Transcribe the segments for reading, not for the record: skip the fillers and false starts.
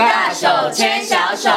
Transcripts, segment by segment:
大手牵小手。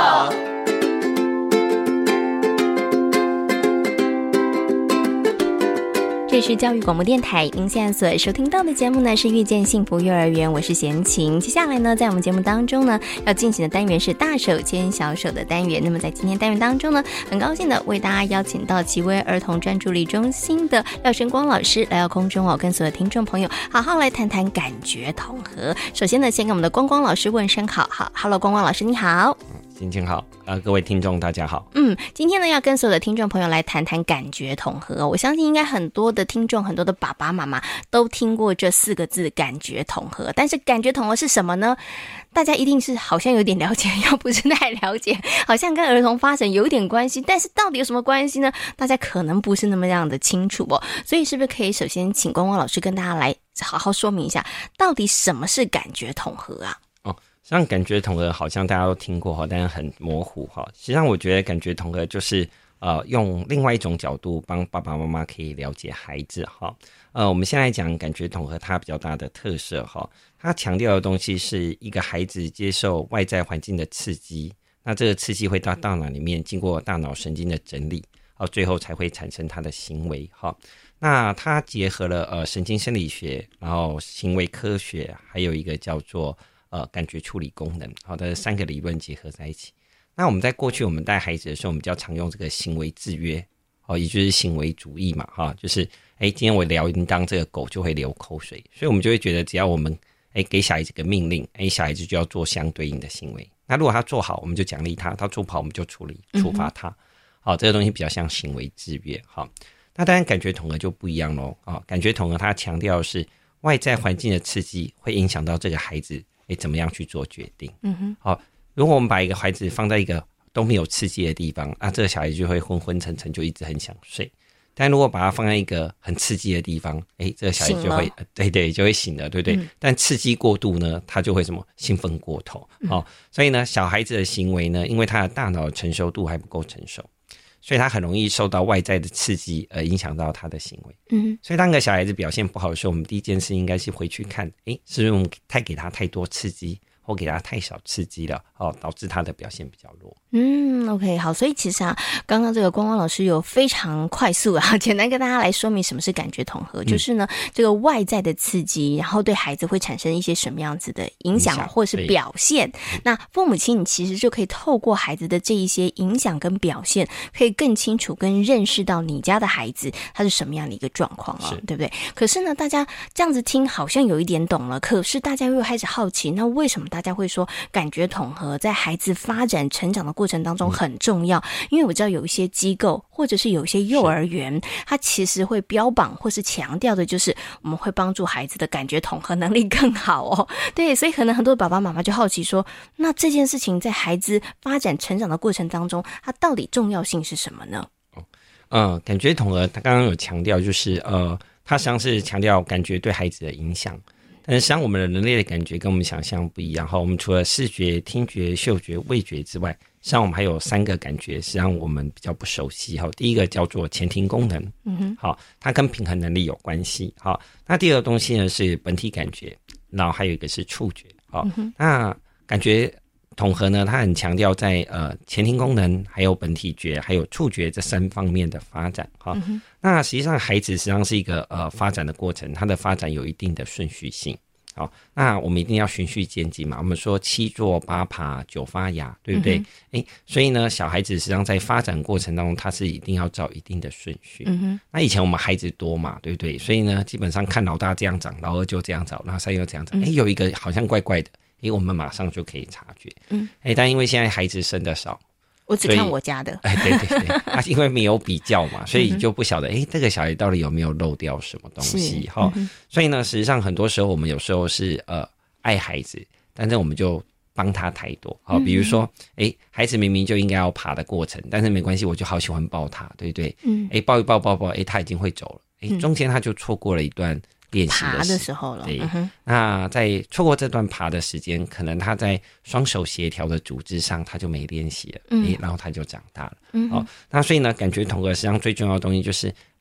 这是教育广播电台，您现在所收听到的节目呢是遇见幸福幼儿园，我是贤琴。接下来呢，在我们节目当中呢，要进行的单元是大手牵小手的单元。那么在今天单元当中呢，很高兴的为大家邀请到奇威儿童专注力中心的廖笙光老师来到空中跟所有听众朋友好好来谈谈感觉统合。首先呢，先跟我们的光光老师问声好。Hello， 光光老师你好。 心情好，各位听众大家好。 今天呢要跟所有的听众朋友来谈谈感觉统合。我相信应该很多的听众，很多的爸爸妈妈都听过这4个字感觉统合，但是感觉统合是什么呢？大家一定是好像有点了解，又不是太了解，好像跟儿童发展有点关系，但是到底有什么关系呢？大家可能不是那么样的清楚哦。所以是不是可以首先请光光老师跟大家来好好说明一下，到底什么是感觉统合啊？ 像感觉统合好像大家都听过，但是很模糊。实际上我觉得感觉统合就是用另外一种角度帮爸爸妈妈可以了解孩子。我们现在讲感觉统合它比较大的特色，它强调的东西是一个孩子接受外在环境的刺激，那这个刺激会到大脑里面经过大脑神经的整理，最后才会产生他的行为。那它结合了神经生理学，然后行为科学，还有一个叫做感觉处理功能，好的3个理论结合在一起。那我们在过去我们带孩子的时候，我们比较常用这个行为制约，也就是行为主义嘛，就是今天我撩铃铛，这个狗就会流口水，所以我们就会觉得只要我们给小孩子个命令，小孩子就要做相对应的行为。那如果他做好，我们就奖励他；他做不好，我们就处罚他。这个东西比较像行为制约。那当然感觉统合就不一样咯。感觉统合它强调的是外在环境的刺激会影响到这个孩子怎么样去做决定。如果我们把一个孩子放在一个都没有刺激的地方，这个小孩子就会昏昏沉沉，就一直很想睡。但如果把它放在一个很刺激的地方，这个小孩子就会就会醒了，对不对？但刺激过度呢，他就会什么兴奋过头。所以呢，小孩子的行为呢，因为他的大脑的成熟度还不够成熟，所以他很容易受到外在的刺激而影响到他的行为。所以当个小孩子表现不好的时候，我们第一件事应该是回去看，是不是我们给他太多刺激，或给他太少刺激了，导致他的表现比较弱。 OK， 好，所以其实刚刚这个光光老师有非常快速简单跟大家来说明什么是感觉统合，就是呢，这个外在的刺激，然后对孩子会产生一些什么样子的影响或是表现。那父母亲你其实就可以透过孩子的这一些影响跟表现，可以更清楚跟认识到你家的孩子他是什么样的一个状况对不对？可是呢，大家这样子听好像有一点懂了，可是大家又开始好奇，那为什么大家会说感觉统合在孩子发展成长的过程当中很重要？因为我知道有一些机构或者是有一些幼儿园，它其实会标榜或是强调的就是我们会帮助孩子的感觉统合能力更好对，所以可能很多爸爸妈妈就好奇说，那这件事情在孩子发展成长的过程当中，它到底重要性是什么呢？ 感觉统合它刚刚有强调，就是它实际上是强调感觉对孩子的影响。但是实际上我们的人类的感觉跟我们想象不一样。我们除了视觉、听觉、嗅觉、味觉之外，实际上我们还有3个感觉，实际上我们比较不熟悉。第一个叫做前庭功能，它跟平衡能力有关系。那第二个东西呢是本体感觉，然后还有一个是触觉。那感觉统合呢，它很强调在前庭功能、还有本体觉、还有触觉这3方面的发展。那实际上孩子实际上是一个发展的过程，它的发展有一定的顺序性。那我们一定要循序渐进嘛。我们说7坐8爬9发芽，对不对？所以呢，小孩子实际上在发展过程当中，他是一定要照一定的顺序。那以前我们孩子多嘛，对不对？所以呢，基本上看老大这样长，老二就这样长，老三又这样长。有一个好像怪怪的，我们马上就可以察觉。但因为现在孩子生的少， 我只看我家的。 对，因为没有比较嘛，所以就不晓得这个小孩到底有没有漏掉什么东西。所以呢，实际上很多时候我们有时候是爱孩子，但是我们就帮他太多。比如说孩子明明就应该要爬的过程，但是没关系，我就好喜欢抱他，对不对？抱一抱他已经会走了，中间他就错过了一段练习爬的时候了。 对，那在错过这段爬的时间，可能他在双手协调的组织上他就没练习了，然后他就长大了。那所以呢，感觉统合实际上最重要的东西就是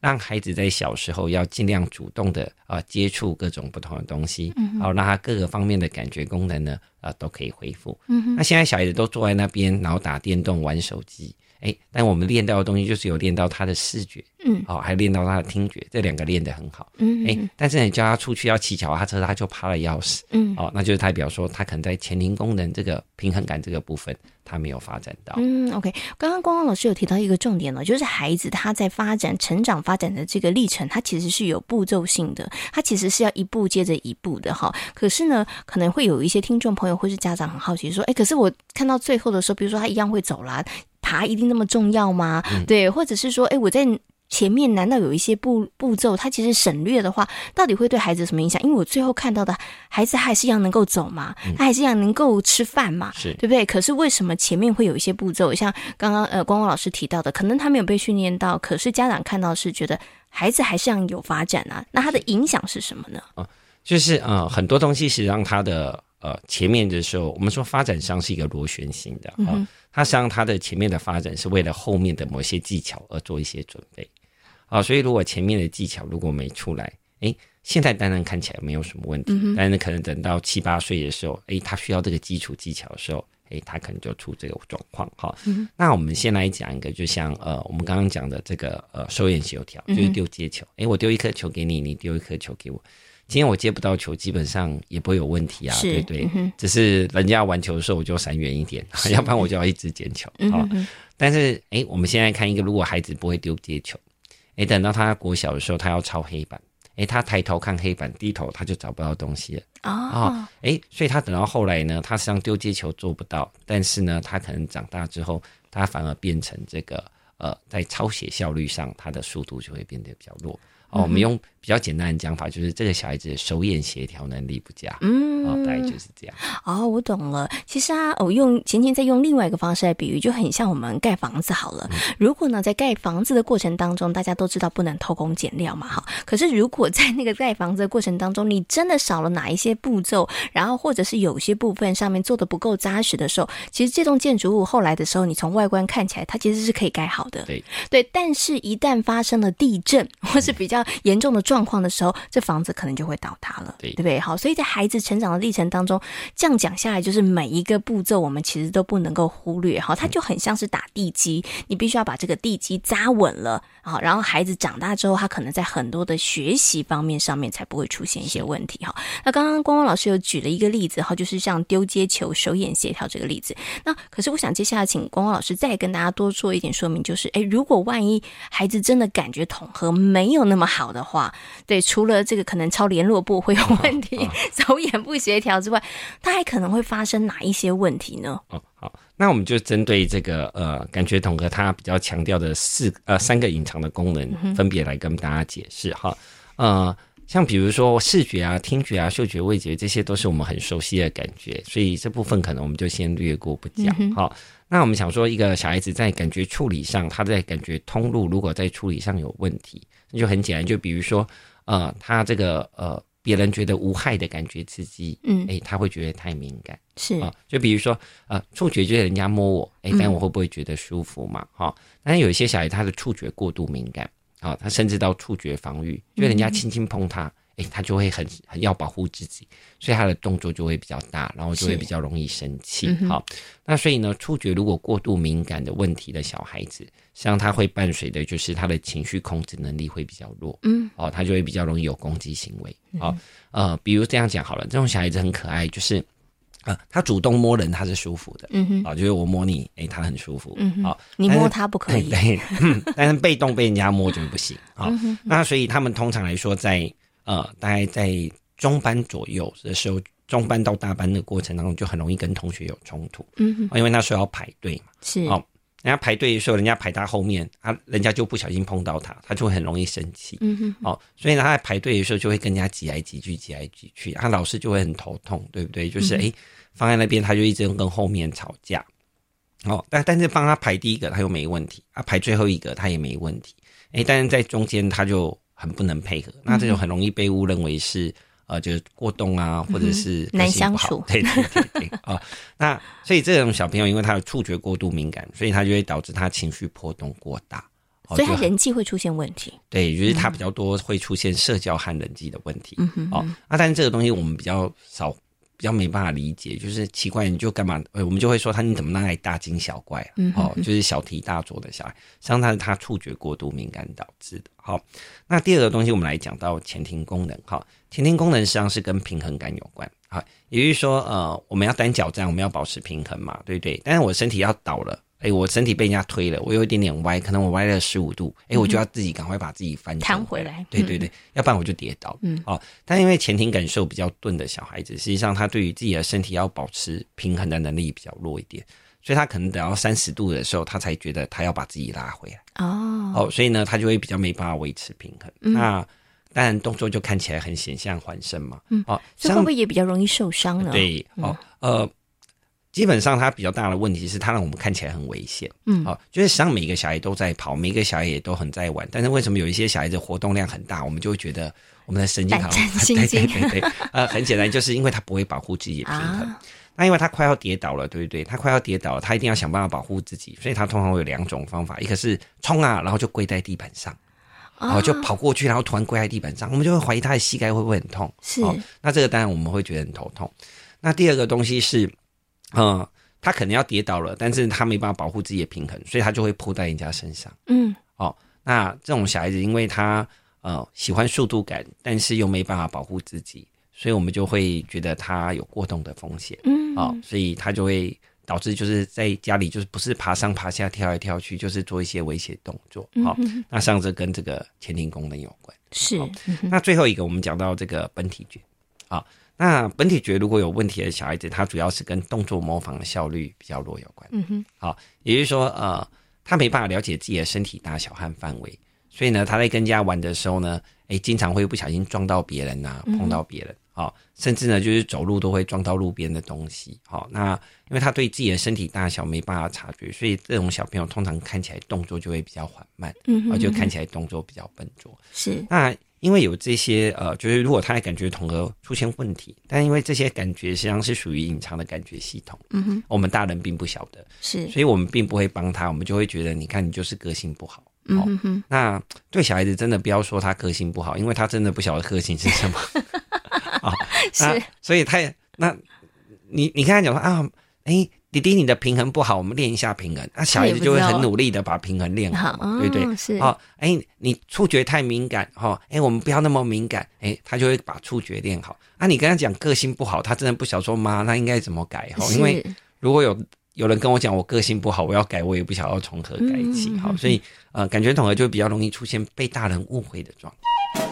让孩子在小时候要尽量主动的接触各种不同的东西，让他各个方面的感觉功能呢都可以恢复。那现在小孩子都坐在那边，然后打电动玩手机，但我们练到的东西就是有练到他的视觉，还练到他的听觉，这两个练得很好，但是你叫他出去要骑脚踏车，他就怕了要死，那就是代表说他可能在前庭功能这个平衡感这个部分他没有发展到。 OK， 刚刚光光老师有提到一个重点就是孩子他在成长发展的这个历程，他其实是有步骤性的，他其实是要一步接着一步的哈。可是呢，可能会有一些听众朋友或是家长很好奇说，可是我看到最后的时候，比如说他一样会走啦，爬一定那么重要吗？对，或者是说，我在前面难道有一些步骤他其实省略的话，到底会对孩子有什么影响？因为我最后看到的孩子还是一样能够走嘛，他还是一样能够吃饭嘛，对不对？可是为什么前面会有一些步骤，像刚刚光光老师提到的，可能他没有被训练到，可是家长看到是觉得孩子还是一样有发展啊，那他的影响是什么呢？ 就是很多东西是让他的前面的时候，我们说发展上是一个螺旋形的，它实际上它的前面的发展是为了后面的某些技巧而做一些准备，所以如果前面的技巧如果没出来，现在当然看起来没有什么问题，但是可能等到7、8岁的时候，他需要这个基础技巧的时候，他可能就出这个状况。那我们先来讲一个，就像我们刚刚讲的这个手眼协调，就是丢接球，我丢一颗球给你，你丢一颗球给我。今天我接不到球，基本上也不会有问题啊，对不对？只是人家玩球的时候我就闪远一点，要不然我就要一直捡球。但是我们现在看一个，如果孩子不会丢接球，等到他国小的时候，他要抄黑板，他抬头看黑板，低头他就找不到东西了。所以他等到后来呢，他实际上丢接球做不到，但是呢，他可能长大之后，他反而变成这个在抄写效率上，他的速度就会变得比较弱。我们用比较简单的讲法，就是这个小孩子的手眼协调能力不佳，大概就是这样。 我懂了。其实我用前天再用另外一个方式来比喻，就很像我们盖房子好了。如果呢，在盖房子的过程当中，大家都知道不能偷工减料嘛，可是如果在那个盖房子的过程当中，你真的少了哪一些步骤，然后或者是有些部分上面做得不够扎实的时候，其实这栋建筑物后来的时候，你从外观看起来，它其实是可以盖好的。对，但是一旦发生了地震或是比较严重的状况的时候，这房子可能就会倒塌了，对不对？好，所以在孩子成长的历程当中，这样讲下来，就是每一个步骤我们其实都不能够忽略，它就很像是打地基，你必须要把这个地基扎稳了，然后孩子长大之后，他可能在很多的学习方面上面才不会出现一些问题。那刚刚光光老师有举了一个例子，就是像丢接球、手眼协调这个例子。那可是我想接下来请光光老师再跟大家多做一点说明，就是如果万一孩子真的感觉统合没有那么好的话，对，除了这个可能抄联络簿会有问题，手眼不协调之外，它还可能会发生哪一些问题呢？ 好，那我们就针对这个感觉统合，它比较强调的3个隐藏的功能，分别来跟大家解释哈。像比如说视觉啊、听觉啊、嗅觉、味觉，这些都是我们很熟悉的感觉，所以这部分可能我们就先略过不讲。好，那我们想说，一个小孩子在感觉处理上，他在感觉通路如果在处理上有问题，那就很简单，就比如说他这个别人觉得无害的感觉刺激，他会觉得太敏感， 是就比如说触觉就是人家摸我，但我会不会觉得舒服嘛？但是有一些小孩他的触觉过度敏感，他甚至到触觉防御，就人家轻轻碰他，他就会很要保护自己，所以他的动作就会比较大，然后就会比较容易生气。好，那所以呢，触觉如果过度敏感的问题的小孩子，实际上他会伴随的就是他的情绪控制能力会比较弱，他就会比较容易有攻击行为。比如这样讲好了，这种小孩子很可爱，就是他主动摸人他是舒服的，就是我摸你，他很舒服， 你摸他不可以， 对，但是被动被人家摸就不行。那所以他们通常来说在大概在中班左右的时候，中班到大班的过程当中，就很容易跟同学有冲突，因为那时候要排队嘛， 是人家排队的时候，人家排他后面，人家就不小心碰到他，他就会很容易生气，所以呢，他在排队的时候就会跟人家挤来挤去，他老师就会很头痛，对不对？就是放在那边，他就一直跟后面吵架，但是帮他排第一个他又没问题，排最后一个他也没问题，但是在中间他就很不能配合，那这种很容易被误认为是就是过动啊，或者是难相处， 对那所以这种小朋友因为他的触觉过度敏感，所以他就会导致他情绪波动过大， 所以他人际会出现问题。 对，就是他比较多会出现社交和人际的问题。但是这个东西我们比较没办法理解，就是奇怪你就干嘛？我们就会说你怎么那么大惊小怪就是小题大做的小孩，实际上他触觉过度敏感导致的。好，那第二个东西我们来讲到前庭功能。前庭功能实际上是跟平衡感有关。也就是说我们要单脚站，我们要保持平衡嘛，对不对？但是我身体要倒了。我身体被人家推了，我有一点点歪，可能我歪了15度，我就要自己赶快把自己翻弹回来。 对对对，要不然我就跌倒。但因为前庭感受比较钝的小孩子，实际上他对于自己的身体要保持平衡的能力比较弱一点，所以他可能等到30度的时候，他才觉得他要把自己拉回来。所以呢，他就会比较没办法维持平衡。那当然动作就看起来很险象环生嘛。 所以会不会也比较容易受伤呢？ 对，基本上它比较大的问题是它让我们看起来很危险。就是实际上每个小孩都在跑，每个小孩也都很在玩，但是为什么有一些小孩子活动量很大，我们就会觉得我们的神经好像对，很简单，就是因为他不会保护自己的平衡。那因为他快要跌倒了，对不对？他快要跌倒了，他一定要想办法保护自己，所以他通常会有2种方法，一个是冲然后就跪在地板上。就跑过去，然后突然跪在地板上，我们就会怀疑他的膝盖会不会很痛。 是， 那这个当然我们会觉得很头痛。那第二个东西是他可能要跌倒了，但是他没办法保护自己的平衡，所以他就会扑在人家身上。那这种小孩子因为他喜欢速度感，但是又没办法保护自己，所以我们就会觉得他有过动的风险。所以他就会导致就是在家里就是不是爬上爬下跳来跳去，就是做一些危险动作。那上这跟这个前庭功能有关。 是。 那最后一个我们讲到这个本体觉。那本体觉如果有问题的小孩子，他主要是跟动作模仿的效率比较弱有关。也就是说他没办法了解自己的身体大小和范围，所以呢他在跟人家玩的时候呢经常会不小心撞到别人碰到别人。甚至呢就是走路都会撞到路边的东西。那因为他对自己的身体大小没办法察觉，所以这种小朋友通常看起来动作就会比较缓慢。就看起来动作比较笨拙。 是。 那因为有这些就是如果他的感觉统合出现问题，但因为这些感觉实际上是属于隐藏的感觉系统。我们大人并不晓得。 是。所以我们并不会帮他，我们就会觉得你看你就是个性不好。那对小孩子真的不要说他个性不好，因为他真的不晓得个性是什么。 是。所以那你跟他讲说弟弟你的平衡不好，我们练一下平衡。那小孩子就会很努力的把平衡练好，对不对？ 是。 你触觉太敏感，我们不要那么敏感，他就会把触觉练好。你跟他讲个性不好，他真的不晓得说妈那应该怎么改。因为如果有人跟我讲我个性不好，我要改，我也不晓得要从何改起。所以感觉统合就比较容易出现被大人误会的状况。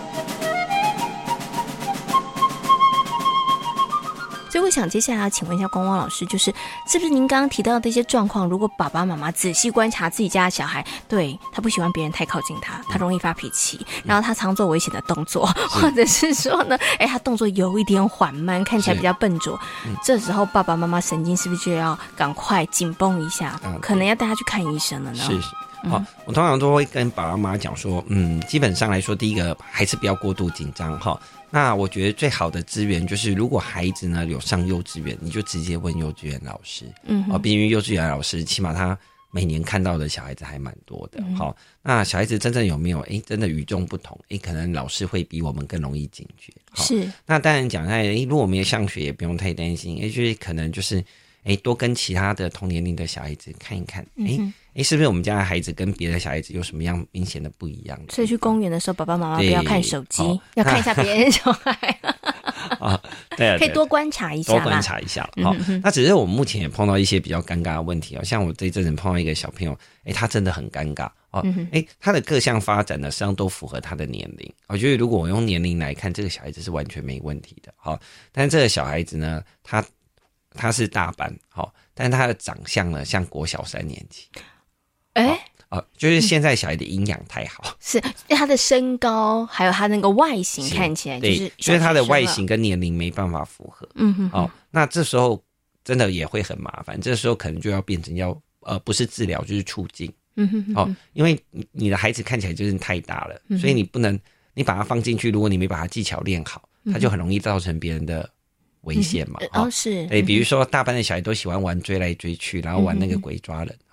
所以我想接下来要请问一下光光老师，就是是不是您刚刚提到的一些状况，如果爸爸妈妈仔细观察自己家的小孩，对，他不喜欢别人太靠近他，他容易发脾气，然后他常做危险的动作，或者是说呢他动作有一点缓慢，看起来比较笨拙，这时候爸爸妈妈神经是不是就要赶快紧绷一下，可能要带他去看医生了呢？ 是。我通常都会跟爸爸妈妈讲说基本上来说，第一个还是不要过度紧张。那我觉得最好的资源就是如果孩子呢有上幼稚园，你就直接问幼稚园老师。因为幼稚园老师起码他每年看到的小孩子还蛮多的。那小孩子真正有没有真的与众不同，可能老师会比我们更容易警觉。 是。 那当然讲如果没有上学也不用太担心，就是可能就是多跟其他的同年龄的小孩子看一看，是不是我们家的孩子跟别的小孩子有什么样明显的不一样？ 所以去公园的时候，爸爸妈妈不要看手机，要看一下别人小孩。 对， 可以多观察一下， 多观察一下。那只是我们目前也碰到一些比较尴尬的问题。像我这一阵子碰到一个小朋友，他真的很尴尬。他的各项发展呢，实际上都符合他的年龄。我觉得如果我用年龄来看，这个小孩子是完全没问题的。但是这个小孩子呢，他是大班，但是他的长相呢像国小3年级。就是现在小孩的营养太好， 是他的身高还有他那个外形看起来就是所以他的外形跟年龄没办法符合。那这时候真的也会很麻烦，这时候可能就要变成不是治疗就是促进。因为你的孩子看起来就是太大了，所以你不能你把他放进去，如果你没把他技巧练好，他就很容易造成别人的危险嘛。 是。 比如说大班的小孩都喜欢玩追来追去，然后玩那个鬼抓人。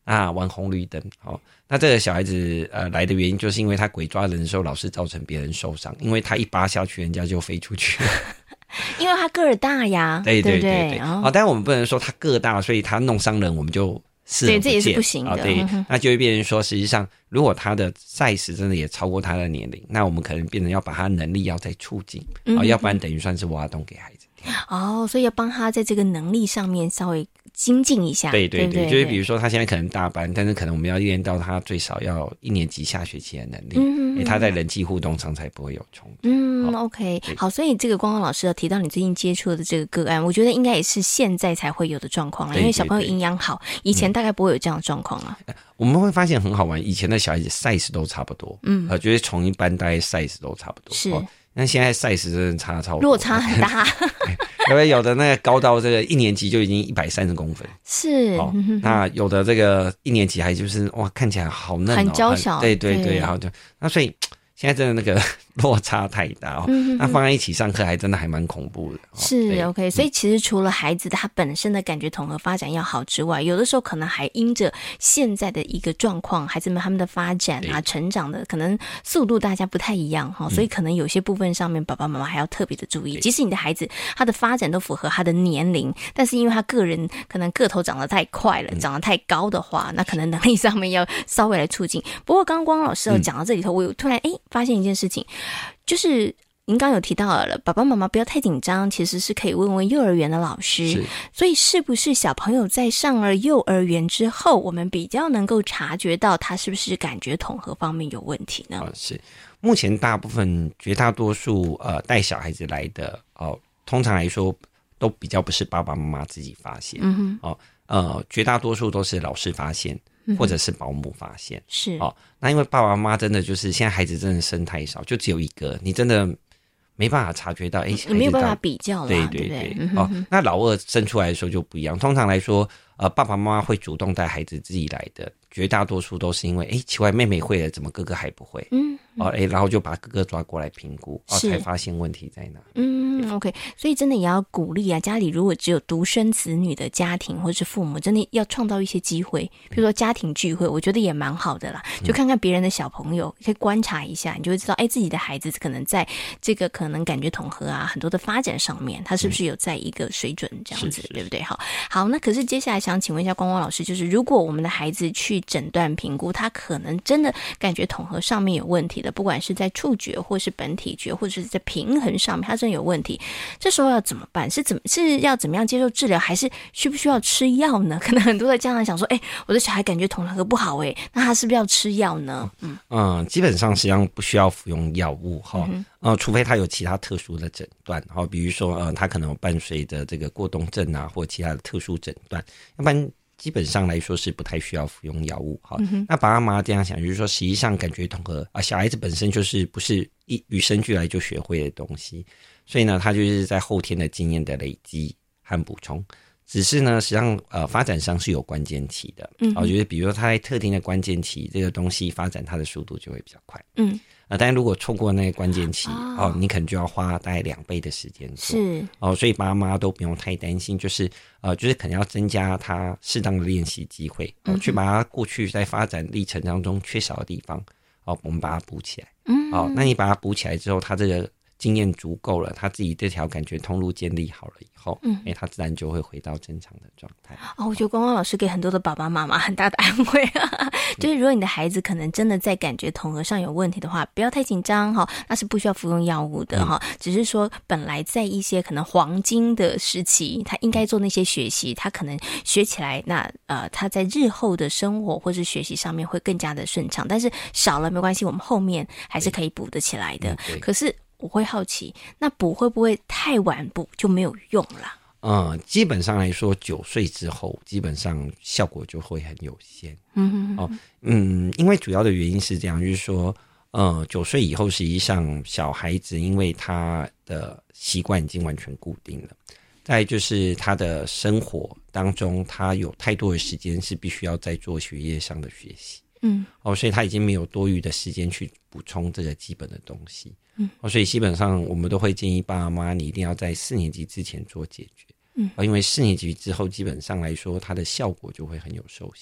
玩红绿灯。那这个小孩子来的原因就是因为他鬼抓人的时候老是造成别人受伤，因为他一扒下去人家就飞出去了。 因为他个儿大呀， 对对但是我们不能说他个大所以他弄伤人我们就视而不见， 对，这也是不行的。 对，那就会变成说实际上如果他的 size 真的也超过他的年龄，那我们可能变成要把他能力要再促进，要不然等于算是挖洞给孩子跳。 所以要帮他在这个能力上面稍微精进一下。对， 就是比如说他现在可能大班，但是可能我们要练到他最少要1年级下学期的能力，他在人际互动上才不会有冲突。 OK， 好，所以这个光光老师有提到你最近接触的这个个案，我觉得应该也是现在才会有的状况了，因为小朋友营养好，以前大概不会有这样的状况了。 我们会发现很好玩，以前的小孩子 size 都差不多，就是从一班大概 size 都差不多， 是。 那现在 size 真的差超多， 落差很大。 因为有的那个高到这个1年级就已经130公分， 是。 那有的这个1年级还就是哇，看起来好嫩， 很娇小。 对，然后就那所以现在真的那个落差太大那放在一起上课还真的还蛮恐怖的。 是 OK， 所以其实除了孩子他本身的感觉统合发展要好之外，有的时候可能还因着现在的一个状况，孩子们他们的发展成长的可能速度大家不太一样所以可能有些部分上面爸爸妈妈还要特别的注意。即使你的孩子他的发展都符合他的年龄，但是因为他个人可能个头长得太快了，长得太高的话，那可能能力上面要稍微来促进。不过刚刚光老师有讲到这里头，我有突然发现一件事情，就是您刚刚有提到了爸爸妈妈不要太紧张，其实是可以问问幼儿园的老师。所以是不是小朋友在上了幼儿园之后，我们比较能够察觉到他是不是感觉统合方面有问题呢？ 是，目前绝大多数带小孩子来的通常来说都比较不是爸爸妈妈自己发现，绝大多数都是老师发现。或者是保姆发现。 是那因为爸爸妈妈真的就是现在孩子真的生太少，就只有一个，你真的没办法察觉到你没有办法比较啦。对那老二生出来的时候就不一样，通常来说爸爸妈妈会主动带孩子自己来的，绝大多数都是因为奇怪妹妹会了怎么哥哥还不会，然后就把哥哥抓过来评估，才发现问题在哪。 OK， 所以真的也要鼓励家里如果只有独生子女的家庭或是父母，真的要创造一些机会，比如说家庭聚会，我觉得也蛮好的啦。就看看别人的小朋友，可以观察一下，你就会知道自己的孩子可能在这个可能感觉统合很多的发展上面，他是不是有在一个水准这样子，对不对？好，那可是接下来想请问一下光光老师，就是如果我们的孩子去诊断评估，他可能真的感觉统合上面有问题的，不管是在触觉或是本体觉或者是在平衡上面他真的有问题，这时候要怎么办？是要怎么样接受治疗，还是需不需要吃药呢？可能很多的家长想说我的小孩感觉统合不好那他是不是要吃药呢？ 基本上实际上不需要服用药物除非他有其他特殊的诊断比如说他可能有伴随着这个过动症或其他的特殊诊断，要不然基本上来说是不太需要服用药物那爸爸妈妈这样想，就是说实际上感觉统合小孩子本身就是不是与生俱来就学会的东西，所以呢他就是在后天的经验的累积和补充，只是呢实际上发展上是有关键期的就是比如说他在特定的关键期，这个东西发展它的速度就会比较快但是如果错过那个关键期你可能就要花大概2倍的时间做， 是所以爸妈都不用太担心，就是可能要增加他适当的练习机会去把他过去在发展历程当中缺少的地方我们把它补起来那你把它补起来之后，他这个经验足够了，他自己这条感觉通路建立好了以后他自然就会回到正常的状态我觉得光光老师给很多的爸爸妈妈很大的安慰就是如果你的孩子可能真的在感觉统合上有问题的话，不要太紧张那是不需要服用药物的只是说本来在一些可能黄金的时期，他应该做那些学习，他可能学起来，那他在日后的生活或是学习上面会更加的顺畅，但是少了没关系，我们后面还是可以补得起来的可是我会好奇，那补会不会太晚补就没有用了？ 基本上来说9岁之后基本上效果就会很有限因为主要的原因是这样，就是说9岁以后实际上小孩子因为他的习惯已经完全固定了，再来就是他的生活当中他有太多的时间是必须要在做学业上的学习所以他已经没有多余的时间去补充这个基本的东西所以基本上我们都会建议爸妈你一定要在4年级之前做解决因为4年级之后基本上来说它的效果就会很有受限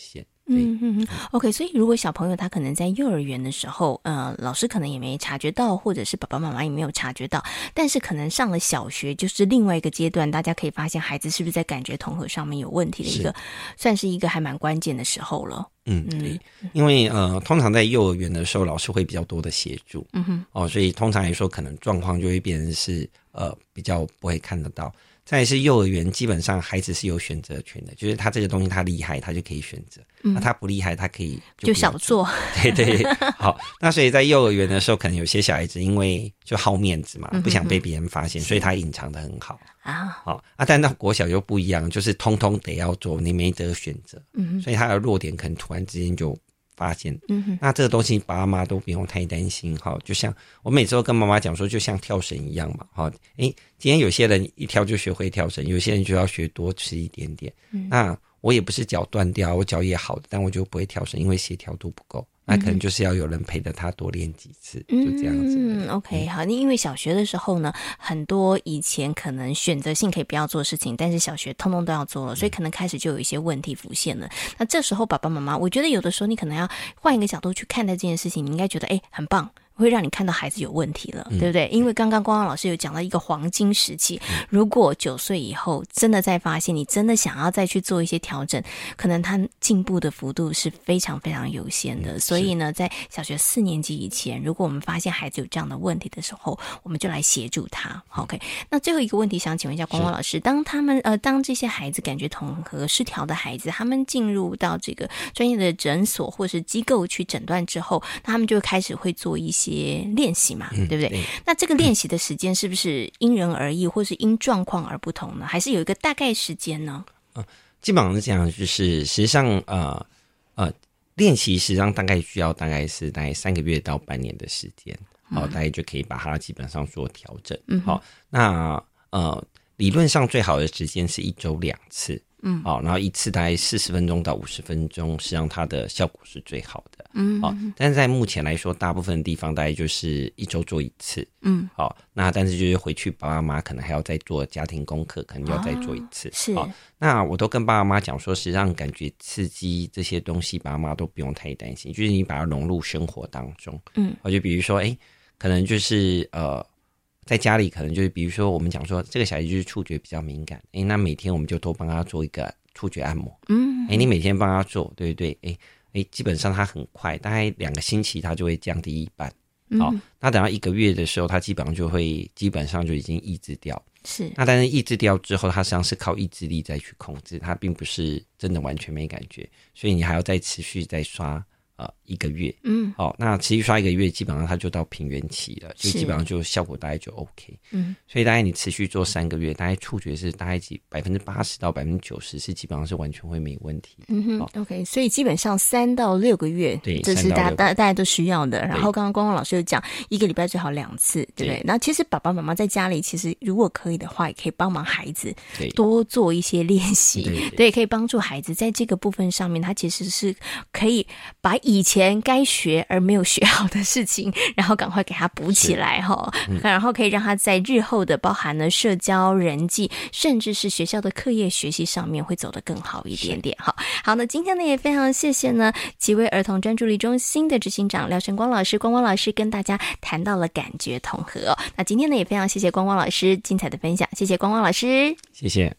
OK， 所以如果小朋友他可能在幼儿园的时候，老师可能也没察觉到，或者是爸爸妈妈也没有察觉到，但是可能上了小学就是另外一个阶段，大家可以发现孩子是不是在感觉统合上面有问题的一个，算是一个还蛮关键的时候了。 对，因为通常在幼儿园的时候，老师会比较多的协助，所以通常来说，可能状况就会变成是比较不会看得到。再来是幼儿园，基本上孩子是有选择权的，就是他这个东西他厉害，他就可以选择；那他不厉害，他可以就少做。 对，好，那所以在幼儿园的时候，可能有些小孩子因为就好面子嘛，不想被别人发现，所以他隐藏得很好啊。好但到国小就不一样，就是通通得要做，你没得选择，所以他的弱点可能突然之间就发现，那这个东西爸爸妈妈都不用太担心哈。就像我每次都跟妈妈讲说，就像跳绳一样嘛，哈，今天有些人一跳就学会跳绳，有些人就要学多吃一点点。那我也不是脚断掉，我脚也好的，但我就不会跳绳，因为协调度不够。那可能就是要有人陪着他多练几次，就这样子。 OK， 好，因为小学的时候呢，很多以前可能选择性可以不要做事情，但是小学通通都要做了，所以可能开始就有一些问题浮现了。那这时候爸爸妈妈，我觉得有的时候你可能要换一个角度去看待这件事情，你应该觉得很棒。会让你看到孩子有问题了，对不对？因为刚刚光光老师有讲到一个黄金时期，如果9岁以后真的再发现你真的想要再去做一些调整，可能他进步的幅度是非常非常有限的。所以呢，在小学4年级以前，如果我们发现孩子有这样的问题的时候，我们就来协助他。OK， 那最后一个问题想请问一下光光老师，当这些孩子感觉统合失调的孩子，他们进入到这个专业的诊所或是机构去诊断之后，那他们就开始会做一些练习嘛，对不对？那这个练习的时间是不是因人而异，或是因状况而不同呢？还是有一个大概时间呢？ 基本上是这样，就是实际上练习实际上大概需要大概3个月到半年的时间，大概就可以把它基本上做调整。好，那理论上最好的时间是1周2次。然后一次大概40分钟到50分钟，实际上它的效果是最好的。但是在目前来说，大部分的地方大概就是1周做1次。那但是就是回去爸爸妈妈可能还要再做家庭功课，可能要再做1次。 是。 那我都跟爸爸妈妈讲说，实际上感觉刺激这些东西，爸爸妈妈都不用太担心，就是你把它融入生活当中。就比如说，可能就是在家里可能就是比如说我们讲说这个小孩就是触觉比较敏感，那每天我们就多帮他做一个触觉按摩。你每天帮他做，对不对？基本上他很快，大概2个星期他就会降低1半。那等到1个月的时候，他基本上就已经抑制掉。 是。那但是抑制掉之后，他实际上是靠意志力再去控制，他并不是真的完全没感觉，所以你还要再持续再刷1个月。那持续刷1个月，基本上它就到平原期了，就基本上就效果大概就 OK。所以大概你持续做3个月，大概触觉是大概80%到90%是基本上是完全会没问题。 OK， 所以基本上3到6个月，对，这是大家都需要的。然后刚刚光光老师有讲，1个礼拜最好2次，对不对？那其实爸爸妈妈在家里，其实如果可以的话，也可以帮忙孩子多做一些练习，对，可以帮助孩子在这个部分上面，他其实是可以把以前该学而没有学好的事情，然后赶快给他补起来然后可以让他在日后的包含了社交、人际，甚至是学校的课业学习上面会走得更好一点点。好，那今天呢也非常谢谢呢奇威儿童专注力中心的执行长廖晨光老师，光光老师跟大家谈到了感觉统合。那今天呢也非常谢谢光光老师精彩的分享，谢谢光光老师， 谢谢。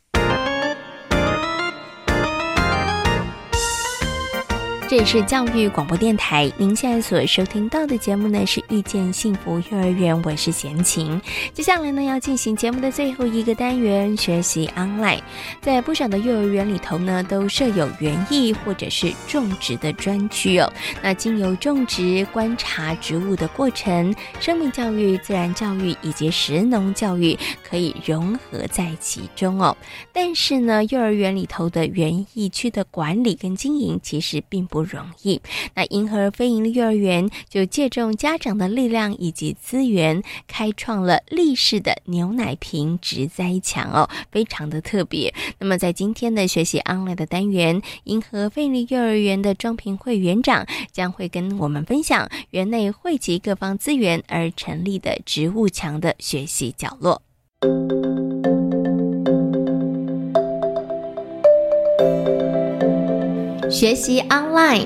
这里是教育广播电台，您现在所收听到的节目呢是遇见幸福幼儿园，我是贤琴。接下来呢要进行节目的最后一个单元，学习 online。在不少的幼儿园里头呢都设有园艺或者是种植的专区那经由种植、观察植物的过程，生命教育、自然教育以及食农教育可以融合在其中但是呢幼儿园里头的园艺区的管理跟经营其实并不容易。那银河非营利幼儿园就借重家长的力量以及资源，开创了立式的牛奶瓶植栽墙非常的特别。那么在今天的学习 online 的单元，银河非营利幼儿园的庄平慧园长将会跟我们分享园内汇集各方资源而成立的植物墙的学习角落。 学习 online。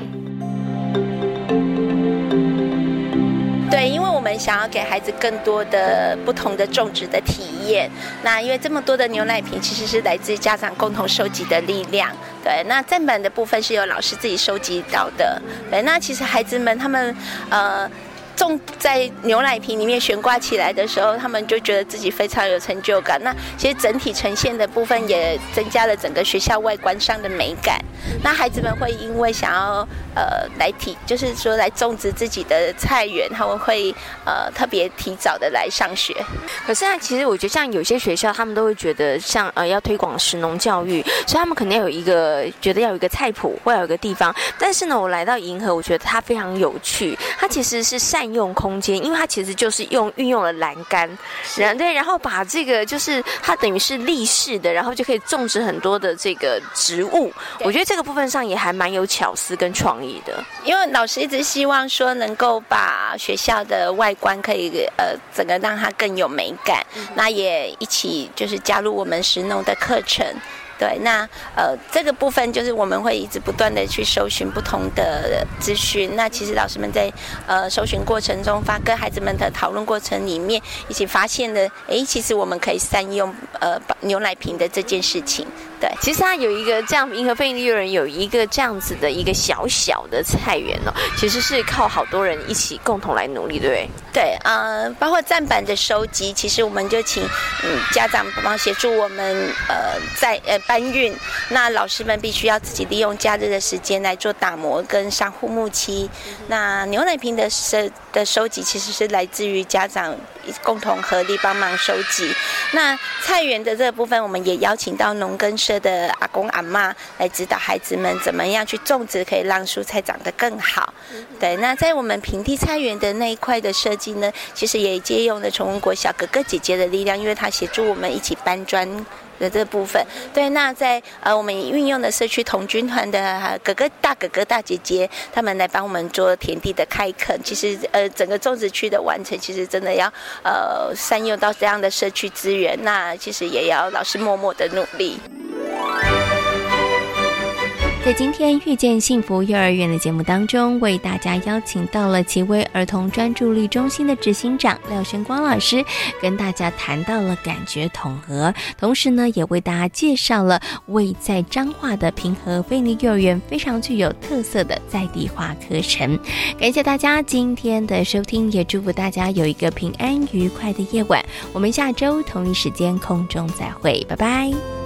对，因为我们想要给孩子更多的不同的种植的体验。那因为这么多的牛奶瓶其实是来自家长共同收集的力量。对，那正版的部分是由老师自己收集到的。对，那其实孩子们他们种在牛奶瓶里面悬挂起来的时候，他们就觉得自己非常有成就感。那其实整体呈现的部分也增加了整个学校外观上的美感。那孩子们会因为想要就是说来种植自己的菜园，他们会特别提早的来上学。 可是啊，其实我觉得像有些学校，他们都会觉得像要推广食农教育，所以他们可能有一个觉得要有一个菜谱，或有一个地方。但是呢，我来到银河，我觉得它非常有趣，它其实是善用空间，因为它其实就是运用了栏杆，然后把这个就是它等于是立式的，然后就可以种植很多的这个植物。我觉得这个部分上也还蛮有巧思跟创意的。 因为老师一直希望说能够把学校的外观可以整个让它更有美感，那也一起就是加入我们食农的课程。对，那这个部分就是我们会一直不断的去搜寻不同的资讯。那其实老师们在搜寻过程中，跟孩子们的讨论过程里面，一起发现了，其实我们可以善用牛奶瓶的这件事情。对， 其实它有一个这样，银河非营利幼儿园有一个这样子的一个小小的菜园哦，其实是靠好多人一起共同来努力，对不对？ 对，包括站板的收集，其实我们就请家长帮忙协助我们在搬运。那老师们必须要自己利用假日的时间来做打磨跟上护木漆。那牛奶瓶的收集其实是来自于家长共同合力帮忙收集。那菜园的这个部分，我们也邀请到农耕社的阿公阿嬷来指导孩子们怎么样去种植，可以让蔬菜长得更好。对，那在我们平地菜园的那一块的设计呢，其实也借用了崇文国小哥哥姐姐的力量，因为他协助我们一起搬砖的这部分。对，那在我们运用的社区童军团的哥哥大姐姐，他们来帮我们做田地的开垦。其实整个种植区的完成，其实真的要善用到这样的社区资源，那其实也要老师默默的努力。 在今天遇见幸福幼儿园的节目当中，为大家邀请到了奇威儿童专注力中心的执行长廖笙光老师，跟大家谈到了感觉统合，同时呢也为大家介绍了位在彰化的平和非营利幼儿园非常具有特色的在地化课程。感谢大家今天的收听，也祝福大家有一个平安愉快的夜晚。我们下周同一时间空中再会，拜拜。